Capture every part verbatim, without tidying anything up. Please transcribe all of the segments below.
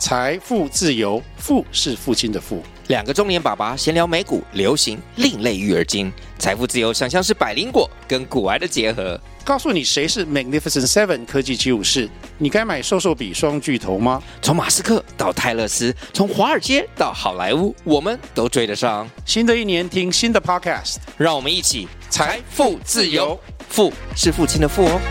财富自由，富是父亲的富。 两个中年爸爸闲聊美股、流行、另类育儿经。财富自由想象是百灵果跟股癌的结合。 告诉你谁是 Magnificent Seven 科技七武士，你该买瘦瘦比双巨头吗？ 从马斯克到泰勒斯，从华尔街到好莱坞，我们都追得上。 新的一年听新的 Podcast， 让我们一起财富自由， 富是父亲的富哦。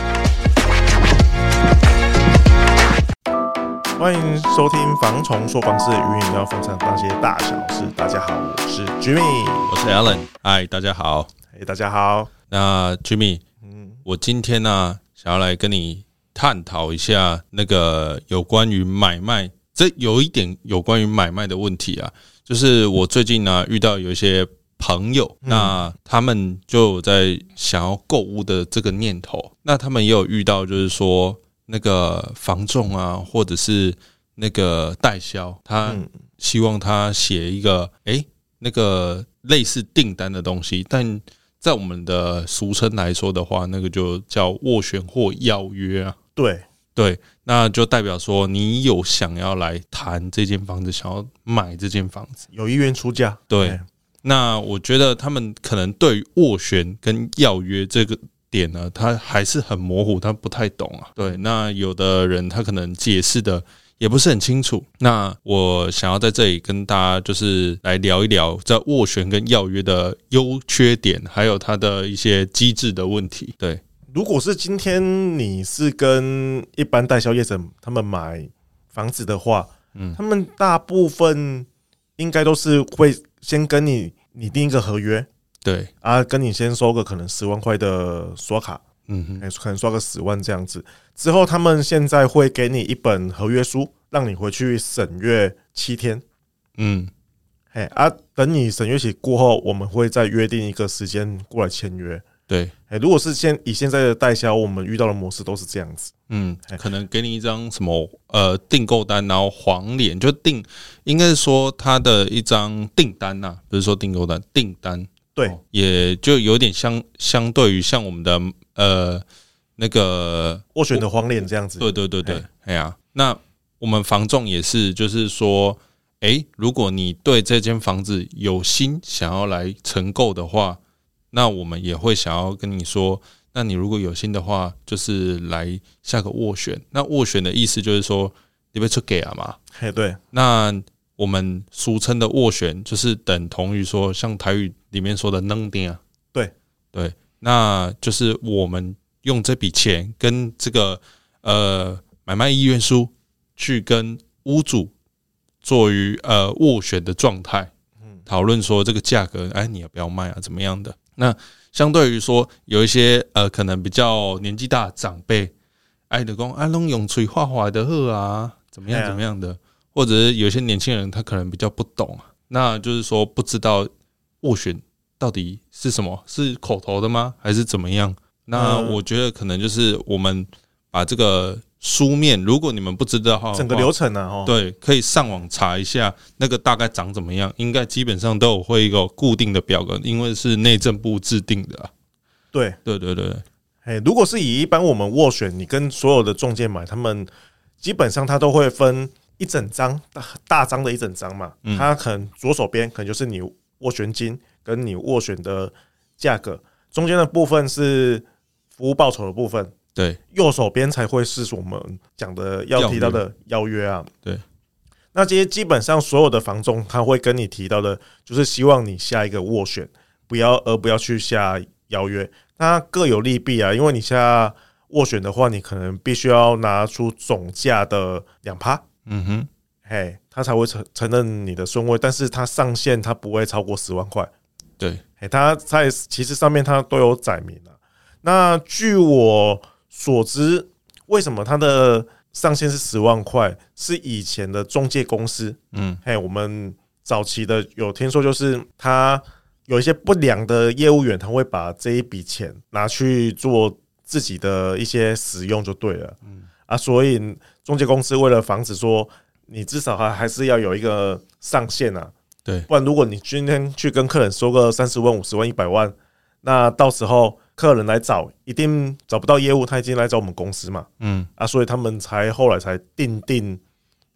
欢迎收听房虫说房事，与你聊房产那些大小事。大家好，我是 Jimmy， 我是 Alan。嗨，大家好。 嘿，大家好。 那 Jimmy，嗯，我今天呢、啊、想要来跟你探讨一下那个有关于买卖，这有一点有关于买卖的问题啊。就是我最近呢、啊、遇到有一些朋友，嗯、那他们就在想要购物的这个念头，那他们也有遇到，就是说。那个房仲啊，或者是那个代销，他希望他写一个哎、欸，那个类似订单的东西，但在我们的俗称来说的话，那个就叫斡旋或要约啊。 对对，那就代表说你有想要来谈这间房子，想要买这间房子， 有意愿出价。 对，欸、那我觉得他们可能对于斡旋跟要约这个。点呢，他还是很模糊，他不太懂啊。对，那有的人他可能解释的也不是很清楚。那我想要在这里跟大家就是来聊一聊在斡旋跟要约的优缺点，还有它的一些机制的问题。对， 如果是今天你是跟一般代销业者他们买房子的话，嗯，他们大部分应该都是会先跟你拟定一个合约。 对啊，跟你先收个可能十万块的刷卡， 嗯哼， 可能刷个十万这样子。之后他们现在会给你一本合约书，让你回去审阅七天。嗯，嘿啊，等你审阅期过后，我们会再约定一个时间过来签约。 对， 如果是现以现在的代销，我们遇到的模式都是这样子。 嗯，可能给你一张什么呃订购单，然后黄脸就订，应该是说他的一张订单呐、啊，不是说订购单，订单。 对， 也就有点相相对于像我们的呃那个斡旋的黄脸这样子。 对对对对，哎呀、啊，那我们房仲也是，就是说，哎、欸，如果你对这间房子有心想要来承购的话，那我们也会想要跟你说，那你如果有心的话，就是来下个斡旋。那斡旋的意思就是说，你被出给啊嘛？ 嘿，对， 那。我们俗称的斡旋就是等同于说，像台语里面说的能定啊， 对对，那就是我们用这笔钱跟这个呃买卖意愿书去跟屋主做于呃斡旋的状态，讨论说这个价格，哎，你要不要卖啊，怎么样的？那相对于说有一些呃可能比较年纪大的长辈，哎，就讲啊，拢用嘴画画的好啊，怎么样怎么样的。或者是有些年轻人他可能比较不懂，那就是说不知道斡旋到底是什么，是口头的吗，还是怎么样？那我觉得可能就是我们把这个书面，如果你们不知道的话， 整个流程啊， 对，可以上网查一下那个大概长怎么样，应该基本上都有会一个固定的表格，因为是内政部制定的、啊。 对对对对， 哎，如果是以一般我们斡旋，你跟所有的仲介买，他们基本上他都会分。一整张大大张的一整张嘛，嗯、它可能左手边可能就是你斡旋金跟你斡旋的价格，中间的部分是服务报酬的部分， 对， 右手边才会是我们讲的要提到的邀约啊， 对。 那这些基本上所有的房仲他会跟你提到的，就是希望你下一个斡旋，不要而不要去下邀约，那各有利弊啊，因为你下斡旋的话，你可能必须要拿出总价的两趴。嗯哼，嘿，他才会承承认你的顺位，但是他上限他不会超过十万块。 对， 嘿，他在其实上面他都有载明了。那据我所知，为什么他的上限是十万块？是以前的中介公司，嗯，嘿，我们早期的有听说，就是他有一些不良的业务员，他会把这一笔钱拿去做自己的一些使用，就对了。嗯。啊，所以中介公司为了防止说你至少还还是要有一个上限啊， 对， 不然如果你今天去跟客人说个三十万、五十万、一百万，那到时候客人来找一定找不到业务，他已经来找我们公司嘛，嗯啊，所以他们才后来才定定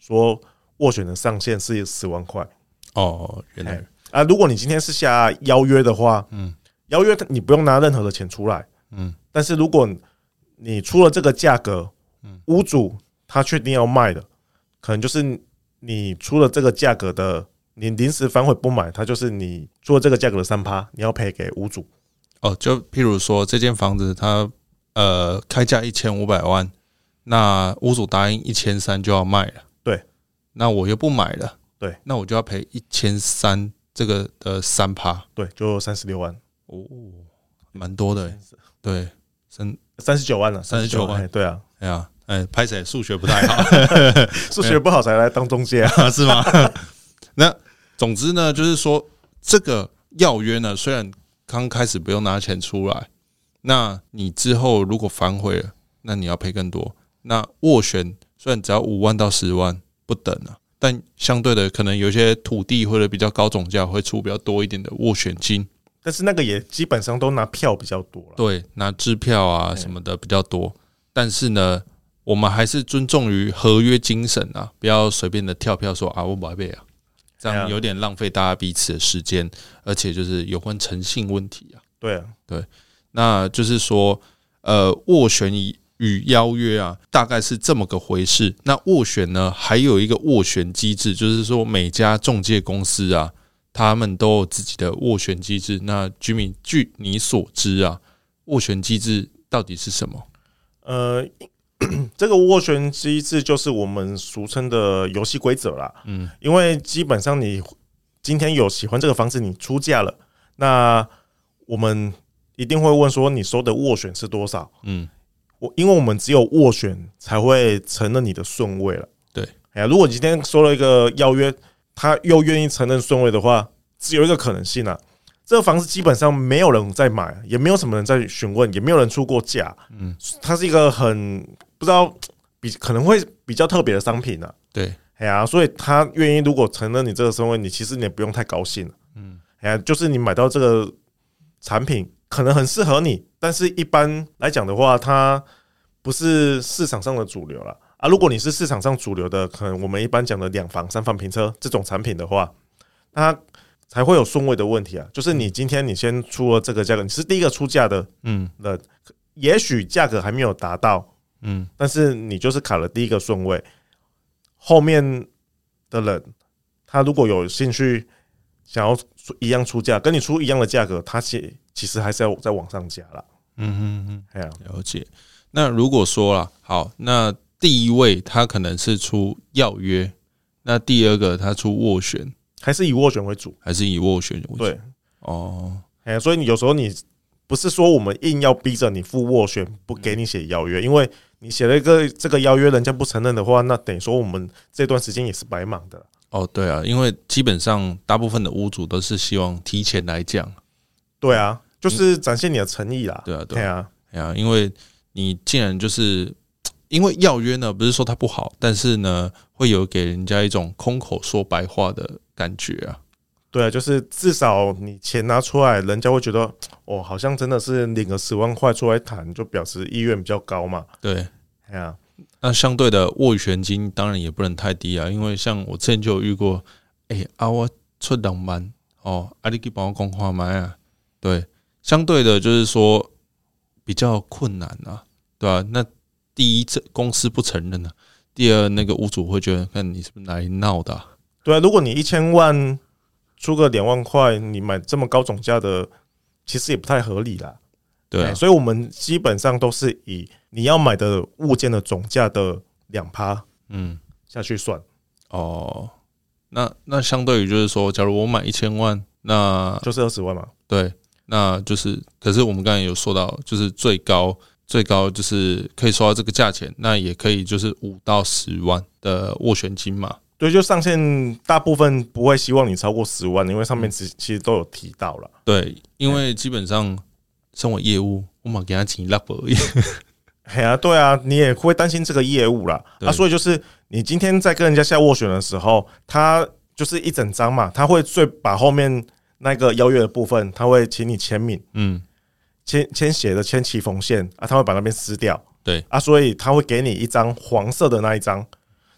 说斡旋的上限是十万块。 哦，原来啊，如果你今天是下邀约的话，嗯，邀约你不用拿任何的钱出来，嗯，但是如果你出了这个价格，嗯，屋主他确定要卖的，可能就是你出了这个价格的，你临时反悔不买，他就是你出了这个价格的三趴，你要赔给屋主。 哦，就譬如说这间房子它呃开价一千五百万，那屋主答应一千三就要卖了， 对， 那我又不买了。 对， 那我就要赔一千三，这个的三趴， 对，就三十六万， 哦，蛮多的，对，三三十九万了， 三十九万， 对啊， 哎呀，哎，拍谁数学不太好， 数学不好才来当中介啊， 是吗？那总之呢，就是说这个要约呢，虽然刚开始不用拿钱出来，那你之后如果反悔了，那你要赔更多。那斡旋虽然只要五万到十万不等啊。但相对的，可能有些土地或者比较高总价会出比较多一点的斡旋金， 但是那个也基本上都拿票比较多了， 对，拿支票啊什么的比较多。但是呢，我们还是尊重于合约精神啊，不要随便的跳票说啊我不买啊，这样有点浪费大家彼此的时间，而且就是有关诚信问题啊。 对啊， 对，那就是说，呃，斡旋以。与邀约啊，大概是这么个回事。那斡旋呢，还有一个斡旋机制，就是说每家仲介公司啊，他们都有自己的斡旋机制。那居民，据你所知啊，斡旋机制到底是什么？ 呃，这个斡旋机制就是我们俗称的游戏规则啦。嗯，因为基本上你今天有喜欢这个房子，你出价了，那我们一定会问说你收的斡旋是多少？嗯。因为我们只有斡旋才会承认你的顺位了。 对， 哎呀，如果你今天收了一个邀约，他又愿意承认顺位的话，只有一个可能性啊，这个房子基本上没有人在买，也没有什么人在询问，也没有人出过价。嗯，它是一个很不知道比可能会比较特别的商品啊。 对， 哎呀，所以他愿意如果承认你这个顺位，你其实你也不用太高兴了。嗯，哎呀，就是你买到这个产品。可能很适合你，但是一般来讲的话，它不是市场上的主流了啊。如果你是市场上主流的，可能我们一般讲的两房、三房平车这种产品的话，它才会有顺位的问题啊。就是你今天你先出了这个价格，你是第一个出价的，嗯，人，也许价格还没有达到，嗯，但是你就是卡了第一个顺位，后面的人他如果有兴趣想要一样出价，跟你出一样的价格，他其其实还是要再往上加啦。嗯哼哼，哎呀， 了解。那如果说啦，好，那第一位他可能是出要约，那第二个他出斡旋， 还是以斡旋为主？ 还是以斡旋为主？ 对， 哦， 哎，所以你有时候你不是说我们硬要逼着你付斡旋，不给你写邀约，因为你写了一个这个邀约，人家不承认的话，那等于说我们这段时间也是白忙的。 哦，对啊，因为基本上大部分的屋主都是希望提前来讲。 对啊，就是展现你的诚意啦。 对啊，对啊，对啊，因为你既然就是因为要约呢，不是说它不好，但是呢，会有给人家一种空口说白话的感觉啊。 对啊，就是至少你钱拿出来，人家会觉得哦，好像真的是领个十万块出来谈，就表示意愿比较高嘛。 对， 哎呀， 那相对的斡旋金当然也不能太低啊，因为像我之前就有遇过，哎、欸、啊，我出两万哦，啊你去帮我讲话买啊。对，相对的就是说比较困难啊，对吧、啊？那第一，这公司不承认啊；第二，那个屋主会觉得，看你是不是来闹的、啊。 对啊，如果你一千万出个两万块，你买这么高总价的，其实也不太合理啦。 对、啊， 所以我们基本上都是以你要买的物件的总价的两趴，嗯，下去算。 哦，那那相对于就是说，假如我买一千万，那就是二十万嘛。 对。那就是，可是我们刚才有说到，就是最高最高就是可以收到这个价钱，那也可以就是五到十万的斡旋金嘛。 对，就上限大部分不会希望你超过十万，因为上面其实都有提到了。 对，因为基本上身为业务，我嘛给他钱拉而已。 哎呀，对啊，你也会担心这个业务啦。啊，所以就是你今天在跟人家下斡旋的时候，他就是一整张嘛，他会最把后面那个邀约的部分，他会请你签名，嗯，签签写的签骑缝线啊，他会把那边撕掉， 对啊， 所以他会给你一张黄色的那一张，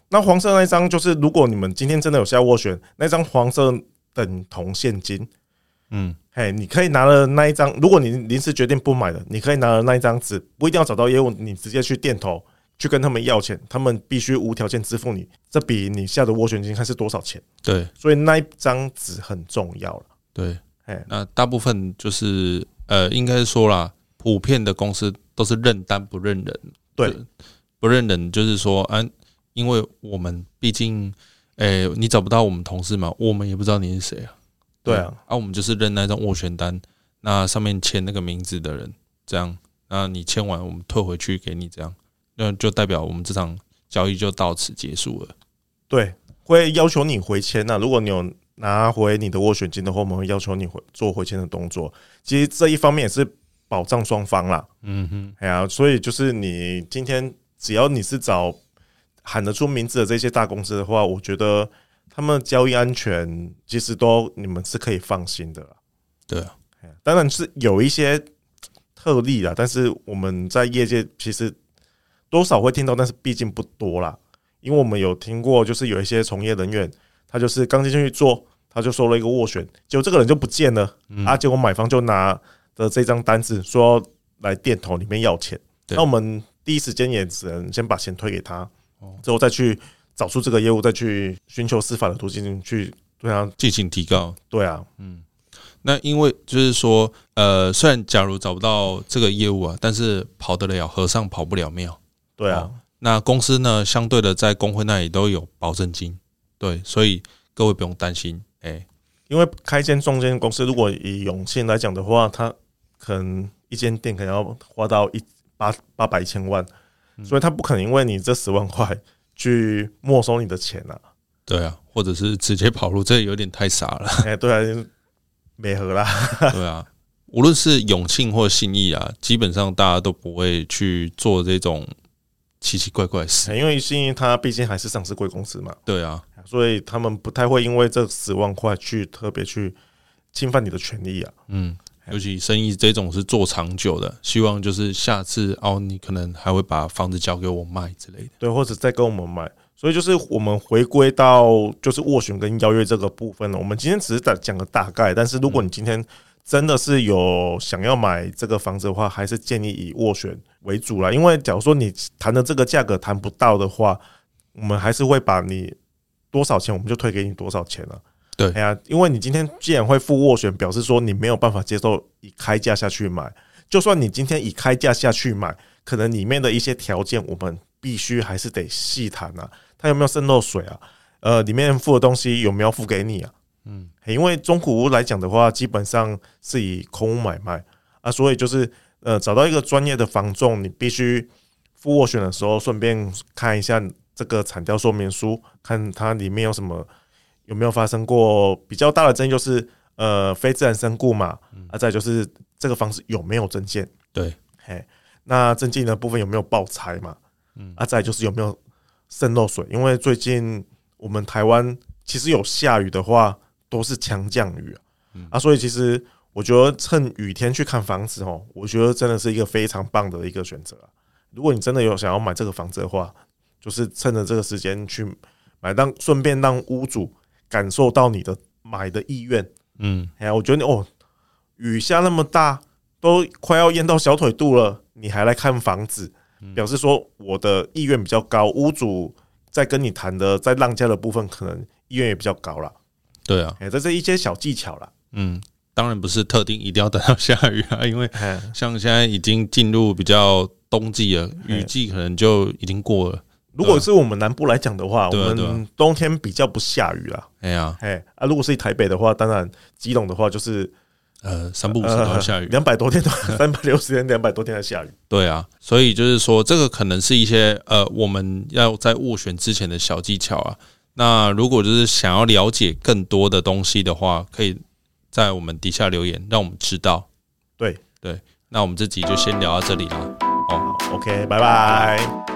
那黄色那一张就是，如果你们今天真的有下斡旋，那张黄色等同现金。嗯，嘿，你可以拿了那一张，如果你临时决定不买的，你可以拿了那一张纸，不一定要找到业务，你直接去店头去跟他们要钱，他们必须无条件支付你这笔你下的斡旋金，看是多少钱。 对， 所以那一张纸很重要了。 对，那大部分就是呃，应该说啦，普遍的公司都是认单不认人。 对， 不认人就是说，啊，因为我们毕竟，诶、欸，你找不到我们同事嘛，我们也不知道你是谁啊。 对啊， 啊，我们就是认那张斡旋单，那上面签那个名字的人，这样，那你签完，我们退回去给你，这样，那就代表我们这场交易就到此结束了。 对，会要求你回签啊。如果你有拿回你的斡旋金的话，我们会要求你回做回签的动作。其实这一方面也是保障双方啦。嗯哼，哎呀，所以就是你今天只要你是找喊得出名字的这些大公司的话，我觉得他们交易安全其实都你们是可以放心的啦。 对啊， 当然是有一些特例啦，但是我们在业界其实多少会听到，但是毕竟不多啦。因为我们有听过，就是有一些从业人员，他就是刚进去做，他就收了一个斡旋，结果这个人就不见了、嗯、啊，结果买方就拿的这张单子说来店头里面要钱，那我们第一时间也只能先把钱推给他，之后再去找出这个业务，再去寻求司法的途径去对他进行提告。 对啊， 嗯，那因为就是说，呃，虽然假如找不到这个业务啊，但是跑得了和尚跑不了庙。 对啊。 哦，那公司呢，相对的在工会那里都有保证金，对，所以各位不用担心，哎、欸， 因为开间中间公司，如果以永庆来讲的话，他可能一间店可能要花到一八八百一千万、嗯，所以他不可能因为你这十万块去没收你的钱啊。 对啊，或者是直接跑路，这有点太傻了。 哎、欸，对啊，没合啦。 对啊，无论是永庆或信义啊，基本上大家都不会去做这种奇奇怪怪的事， 因为信义它毕竟还是上市贵公司嘛。 对啊， 所以他们不太会因为这十万块去特别去侵犯你的权利啊。嗯， 尤其生意这种是做长久的，希望就是下次哦，你可能还会把房子交给我卖之类的， 对，或者再跟我们买。所以就是我们回归到就是斡旋跟邀约这个部分了。我们今天只是讲个大概，但是如果你今天真的是有想要买这个房子的话，还是建议以斡旋为主啦。因为假如说你谈的这个价格谈不到的话，我们还是会把你多少钱我们就退给你多少钱了。 对， 哎呀，因为你今天既然会付斡旋，表示说你没有办法接受以开价下去买。就算你今天以开价下去买，可能里面的一些条件我们必须还是得细谈啊。它有没有渗漏水啊？呃，里面付的东西有没有付给你啊？嗯，因为中古屋来讲的话，基本上是以空屋买卖啊，所以就是呃，找到一个专业的房仲，你必须付斡旋的时候，顺便看一下这个产调说明书，看它里面有什么有没有发生过比较大的争议，就是呃非自然身故嘛，啊，再就是这个房子有没有增建， 对， 嘿，那增建的部分有没有爆拆嘛，嗯，啊，再就是有没有渗漏水，因为最近我们台湾其实有下雨的话，都是强降雨 啊,、嗯、啊，所以其实我觉得趁雨天去看房子哦，我觉得真的是一个非常棒的一个选择啊。如果你真的有想要买这个房子的话，就是趁着这个时间去买，让顺便让屋主感受到你的买的意愿。嗯，哎呀，我觉得哦，雨下那么大，都快要淹到小腿肚了，你还来看房子？表示说我的意愿比较高，屋主在跟你谈的在让价的部分，可能意愿也比较高啦。 对啊， 这是一些小技巧啦。 嗯，当然不是特定一定要等到下雨啊，因为像现在已经进入比较冬季了，雨季可能就已经过了。 如果是我们南部来讲的话，我们冬天比较不下雨啦。哎呀，哎啊，如果是台北的话，当然基隆的话就是。 呃，三不五时都要下雨， 两百多天都三百六十天，两百多天的下雨。 对啊，所以就是说，这个可能是一些呃，我们要在斡旋之前的小技巧啊。那如果就是想要了解更多的东西的话，可以在我们底下留言，让我们知道。 对对，那我们这集就先聊到这里了。 哦 ，OK， 拜拜。